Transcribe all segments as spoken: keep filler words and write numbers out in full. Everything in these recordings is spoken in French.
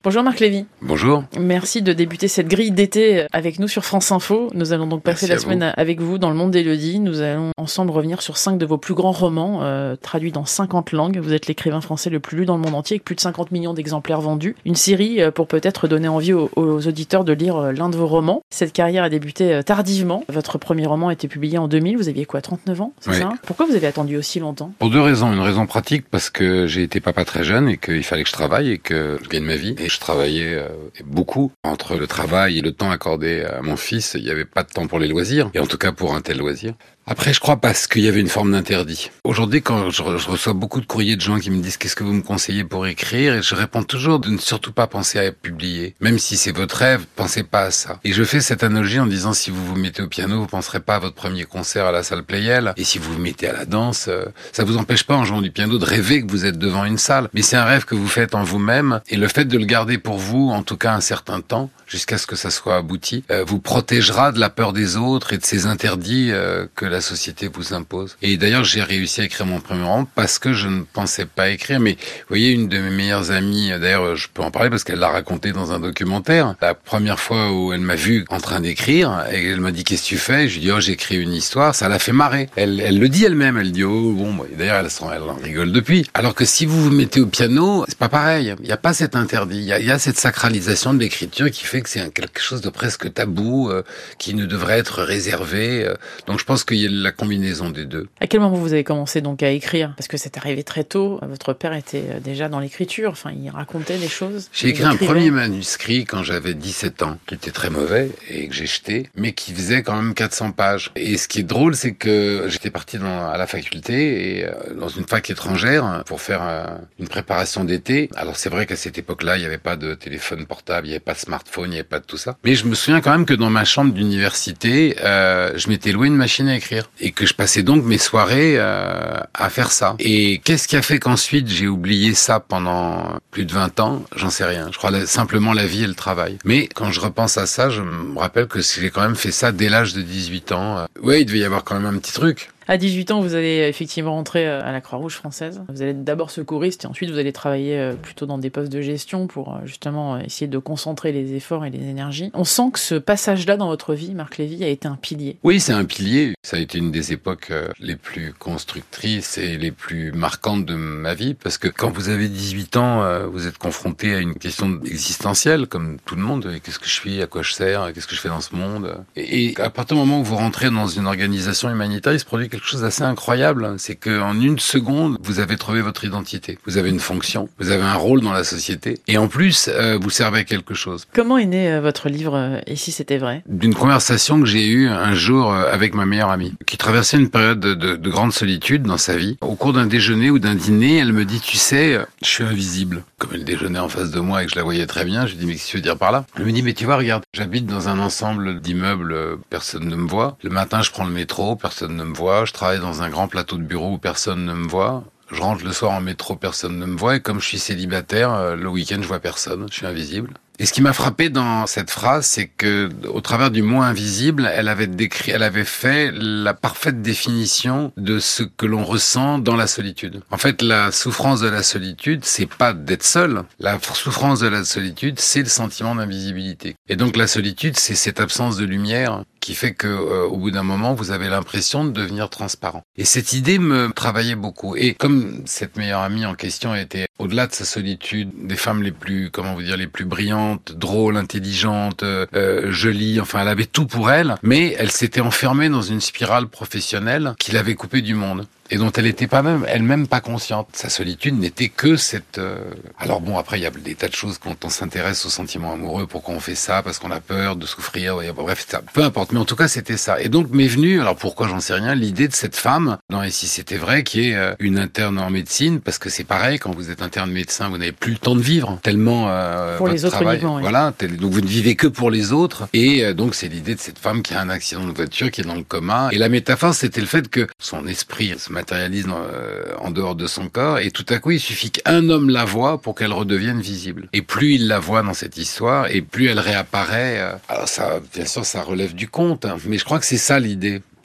Bonjour Marc Lévy. Bonjour. Merci de débuter cette grille d'été avec nous sur France Info. Nous allons donc passer Merci la semaine vous. avec vous dans le monde d'Élodie. Nous allons ensemble revenir sur cinq de vos plus grands romans, euh, traduits dans cinquante langues. Vous êtes l'écrivain français le plus lu dans le monde entier, avec plus de cinquante millions d'exemplaires vendus. Une série euh, pour peut-être donner envie aux, aux auditeurs de lire euh, l'un de vos romans. Cette carrière a débuté euh, tardivement. Votre premier roman a été publié en deux mille. Vous aviez quoi, trente-neuf ans, c'est Oui. ça? Pourquoi vous avez attendu aussi longtemps? Pour deux raisons. Une raison pratique, parce que j'ai été papa très jeune et qu'il fallait que je travaille et que je gagne ma vie. Et je travaillais euh, beaucoup. Entre le travail et le temps accordé à mon fils, il n'y avait pas de temps pour les loisirs. Et en tout cas pour un tel loisir. Après, je crois parce qu'il y avait une forme d'interdit. Aujourd'hui, quand je, re- je reçois beaucoup de courriers de gens qui me disent « Qu'est-ce que vous me conseillez pour écrire ?» et je réponds toujours de ne surtout pas penser à publier. Même si c'est votre rêve, pensez pas à ça. Et je fais cette analogie en disant « Si vous vous mettez au piano, vous penserez pas à votre premier concert à la salle Playel. Et si vous vous mettez à la danse, euh, ça vous empêche pas en jouant du piano de rêver que vous êtes devant une salle. Mais c'est un rêve que vous faites en vous-même. Et le fait de le garder pour vous, en tout cas un certain temps, jusqu'à ce que ça soit abouti, euh, vous protégera de la peur des autres et de ces interdits euh, que la société vous impose. Et d'ailleurs, j'ai réussi à écrire mon premier roman parce que je ne pensais pas écrire. Mais vous voyez, une de mes meilleures amies, d'ailleurs, je peux en parler parce qu'elle l'a raconté dans un documentaire. La première fois où elle m'a vu en train d'écrire, et elle m'a dit « Qu'est-ce que tu fais ?» Je lui dis « Oh, j'écris une histoire. » Ça l'a fait marrer. Elle, elle le dit elle-même. Elle dit « Oh, bon, bah, d'ailleurs, elle, s'en- elle en rigole depuis. » Alors que si vous vous mettez au piano, c'est pas pareil. Il n'y a pas cet interdit. Il y a, il y a cette sacralisation de l'écriture qui fait que c'est un, quelque chose de presque tabou, euh, qui ne devrait être réservé. Euh. Donc je pense qu'il y a la combinaison des deux. À quel moment vous avez commencé donc à écrire? Parce que c'est arrivé très tôt. Votre père était euh, déjà dans l'écriture. Enfin, il racontait des choses. J'ai Il écrit un écrivait. premier manuscrit quand j'avais dix-sept ans, qui était très mauvais et que j'ai jeté, mais qui faisait quand même quatre cents pages. Et ce qui est drôle, c'est que j'étais parti dans, à la faculté et euh, dans une fac étrangère pour faire euh, une préparation d'été. Alors c'est vrai qu'à cette époque-là, il n'y avait pas de téléphone portable, il n'y avait pas de smartphone, il n'y avait pas de tout ça. Mais je me souviens quand même que dans ma chambre d'université, euh, je m'étais loué une machine à écrire et que je passais donc mes soirées euh, à faire ça. Et qu'est-ce qui a fait qu'ensuite j'ai oublié ça pendant plus de vingt ans? J'en sais rien. Je crois la- simplement la vie et le travail. Mais quand je repense à ça, je me rappelle que j'ai quand même fait ça dès l'âge de dix-huit ans. Ouais, il devait y avoir quand même un petit truc. À dix-huit ans, vous allez effectivement rentrer à la Croix-Rouge française. Vous allez être d'abord secouriste et ensuite vous allez travailler plutôt dans des postes de gestion pour justement essayer de concentrer les efforts et les énergies. On sent que ce passage-là dans votre vie, Marc Lévy, a été un pilier. Oui, c'est un pilier. Ça a été une des époques les plus constructrices et les plus marquantes de ma vie parce que quand vous avez dix-huit ans, vous êtes confronté à une question existentielle comme tout le monde. Qu'est-ce que je suis? À quoi je sers? Qu'est-ce que je fais dans ce monde? Et, et à partir du moment où vous rentrez dans une organisation humanitaire, il se produit quelque chose d'assez incroyable. C'est qu'en une seconde, vous avez trouvé votre identité. Vous avez une fonction. Vous avez un rôle dans la société. Et en plus, euh, vous servez à quelque chose. Comment est né euh, votre livre euh, Et si c'était vrai? D'une conversation que j'ai eue un jour euh, avec ma meilleure amie, qui traversait une période de, de, de grande solitude dans sa vie. Au cours d'un déjeuner ou d'un dîner, elle me dit « Tu sais, euh, je suis invisible. » Comme elle déjeunait en face de moi et que je la voyais très bien, je lui dis « Mais qu'est-ce que tu veux dire par là ?» Elle me dit « Mais tu vois, regarde, j'habite dans un ensemble d'immeubles, euh, personne ne me voit. Le matin, je prends le métro, personne ne me voit. Je travaille dans un grand plateau de bureau où personne ne me voit. Je rentre le soir en métro, personne ne me voit. Et comme je suis célibataire, euh, le week-end, je vois personne. Je suis invisible. » Et ce qui m'a frappé dans cette phrase, c'est que, au travers du mot invisible, elle avait décrit, elle avait fait la parfaite définition de ce que l'on ressent dans la solitude. En fait, la souffrance de la solitude, c'est pas d'être seul. La souffrance de la solitude, c'est le sentiment d'invisibilité. Et donc, la solitude, c'est cette absence de lumière qui fait que, euh, au bout d'un moment, vous avez l'impression de devenir transparent. Et cette idée me travaillait beaucoup. Et comme cette meilleure amie en question était, au-delà de sa solitude, des femmes les plus, comment vous dire, les plus brillantes, drôles, intelligentes, euh, jolies, enfin, elle avait tout pour elle, mais elle s'était enfermée dans une spirale professionnelle qui l'avait coupée du monde. Et dont elle n'était pas même, elle-même pas consciente. Sa solitude n'était que cette... Euh... Alors bon, après, il y a des tas de choses quand on s'intéresse aux sentiments amoureux, pourquoi on fait ça, parce qu'on a peur de souffrir, ouais, bref, ça, peu importe. Mais en tout cas, c'était ça. Et donc m'est venue, alors pourquoi, j'en sais rien, l'idée de cette femme, non, et si c'était vrai, qui est euh, une interne en médecine, parce que c'est pareil, quand vous êtes interne médecin, vous n'avez plus le temps de vivre, tellement euh, pour votre les autres travail, uniquement, oui. Voilà, tel, donc vous ne vivez que pour les autres. Et euh, donc c'est l'idée de cette femme qui a un accident de voiture, qui est dans le coma. Et la métaphore, c'était le fait que son esprit se matérialise dans, euh, en dehors de son corps, et tout à coup, il suffit qu'un homme la voie pour qu'elle redevienne visible. Et plus il la voit dans cette histoire, et plus elle réapparaît. Euh, alors ça, bien sûr, ça relève du conte, hein, mais je crois que c'est ça l'idée.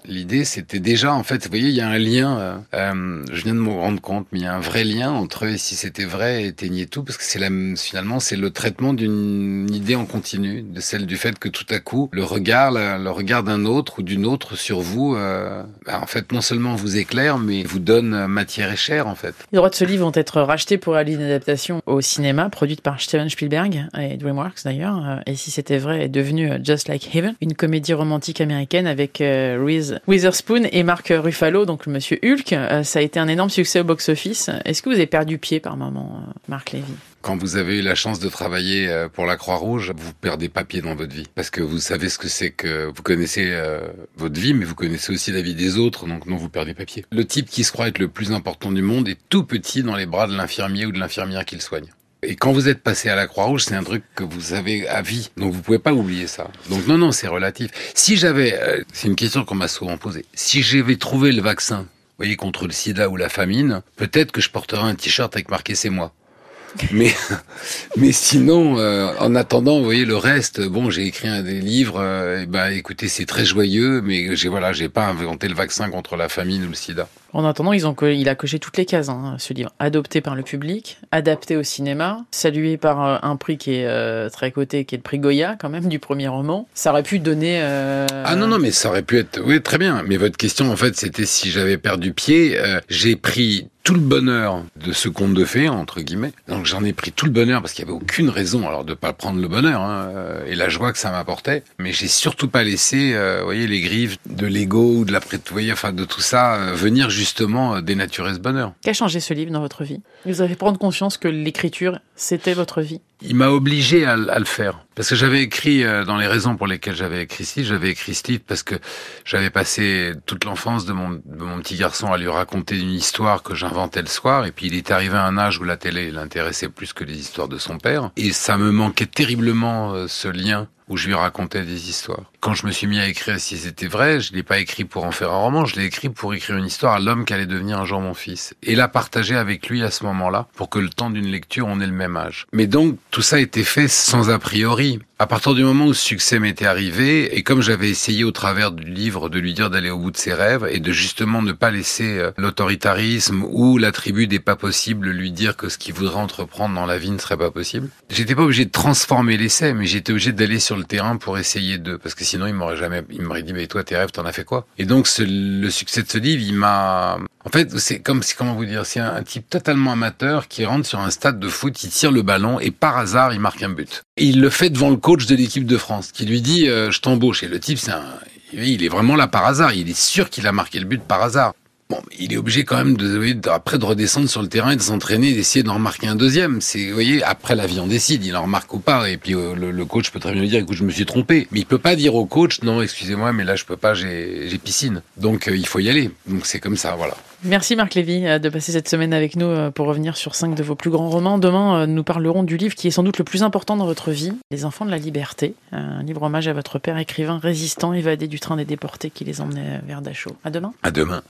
L'idée, c'était déjà, en fait, vous voyez, il y a un lien, euh, euh, je viens de me rendre compte, mais il y a un vrai lien entre et si c'était vrai, éteignez tout, parce que c'est la, finalement, c'est le traitement d'une idée en continu, de celle du fait que tout à coup, le regard, la, le regard d'un autre ou d'une autre sur vous, euh, bah, en fait, non seulement vous éclaire, mais vous donne matière et chair, en fait. Les droits de ce livre vont être rachetés pour réaliser une adaptation au cinéma, produite par Steven Spielberg et DreamWorks d'ailleurs. Et si c'était vrai, est devenu Just Like Heaven, une comédie romantique américaine avec euh, Reese Witherspoon et Mark Ruffalo, donc le monsieur Hulk. Euh, ça a été un énorme succès au box-office. Est-ce que vous avez perdu pied par moment, euh, Marc Lévy ? Quand vous avez eu la chance de travailler pour la Croix-Rouge, vous perdez pas pied dans votre vie. Parce que vous savez ce que c'est que vous connaissez euh, votre vie, mais vous connaissez aussi la vie des autres, donc non, vous perdez pas pied. Le type qui se croit être le plus important du monde est tout petit dans les bras de l'infirmier ou de l'infirmière qui le soigne. Et quand vous êtes passé à la Croix-Rouge, c'est un truc que vous avez à vie. Donc vous pouvez pas oublier ça. Donc non, non, c'est relatif. Si j'avais, euh, c'est une question qu'on m'a souvent posée, si j'avais trouvé le vaccin, vous voyez, contre le sida ou la famine, peut-être que je porterais un t-shirt avec marqué « c'est moi ». Mais, mais sinon, euh, en attendant, vous voyez, le reste, bon, j'ai écrit un des livres, euh, et ben, écoutez, c'est très joyeux, mais j'ai, voilà, j'ai pas inventé le vaccin contre la famine ou le sida. En attendant, ils ont co- il a coché toutes les cases, hein, ce livre. Adopté par le public, adapté au cinéma, salué par euh, un prix qui est euh, très coté, qui est le prix Goya, quand même, du premier roman. Ça aurait pu donner... Euh... Ah non, non, mais ça aurait pu être... Oui, très bien. Mais votre question, en fait, c'était si j'avais perdu pied. Euh, j'ai pris tout le bonheur de ce conte de fées, entre guillemets. Donc j'en ai pris tout le bonheur, parce qu'il n'y avait aucune raison alors de pas prendre le bonheur, hein, euh, et la joie que ça m'apportait. Mais j'ai surtout pas laissé, euh, vous voyez, les griffes de l'ego ou de la pré... vous voyez, enfin, de tout ça, euh, venir justement euh, dénaturer ce bonheur. Qu'a changé ce livre dans votre vie ? Vous avez prendre conscience que l'écriture, c'était votre vie ? Il m'a obligé à, à le faire. Parce que j'avais écrit, euh, dans les raisons pour lesquelles j'avais écrit ce livre, j'avais écrit ce livre parce que j'avais passé toute l'enfance de mon, de mon petit garçon à lui raconter une histoire que j'inventais le soir, et puis il est arrivé à un âge où la télé l'intéressait plus que les histoires de son père, et ça me manquait terriblement, euh, ce lien où je lui racontais des histoires. Quand je me suis mis à écrire Si c'était vrai, je l'ai pas écrit pour en faire un roman, je l'ai écrit pour écrire une histoire à l'homme qui allait devenir un jour mon fils, et la partager avec lui à ce moment-là, pour que le temps d'une lecture, on ait le même âge. Mais donc, tout ça a été fait sans a priori. À partir du moment où ce succès m'était arrivé, et comme j'avais essayé au travers du livre de lui dire d'aller au bout de ses rêves, et de justement ne pas laisser l'autoritarisme ou la tribu des pas possibles lui dire que ce qu'il voudrait entreprendre dans la vie ne serait pas possible, j'étais pas obligé de transformer l'essai, mais j'étais obligé d'aller sur le terrain pour essayer de, parce que sinon il m'aurait jamais, il m'aurait dit, mais toi tes rêves t'en as fait quoi? Et donc ce, le succès de ce livre, il m'a, en fait c'est comme si, comment vous dire, c'est un, un type totalement amateur qui rentre sur un stade de foot, il tire le ballon et par hasard il marque un but. Et il le fait devant le coach de l'équipe de France, qui lui dit euh, je t'embauche. Et le type, c'est un, il est vraiment là par hasard. Il est sûr qu'il a marqué le but par hasard. Bon, il est obligé quand même de, de, après de redescendre sur le terrain et de s'entraîner et d'essayer d'en remarquer un deuxième. C'est, vous voyez, après la vie on décide, il en remarque ou pas. Et puis euh, le, le coach peut très bien lui dire, écoute, je me suis trompé. Mais il peut pas dire au coach, non, excusez-moi, mais là je peux pas, j'ai, j'ai piscine. Donc euh, il faut y aller. Donc c'est comme ça, voilà. Merci Marc Lévy de passer cette semaine avec nous pour revenir sur cinq de vos plus grands romans. Demain, nous parlerons du livre qui est sans doute le plus important dans votre vie, Les Enfants de la Liberté, un livre hommage à votre père écrivain résistant évadé du train des déportés qui les emmenait vers Dachau. À demain. À demain.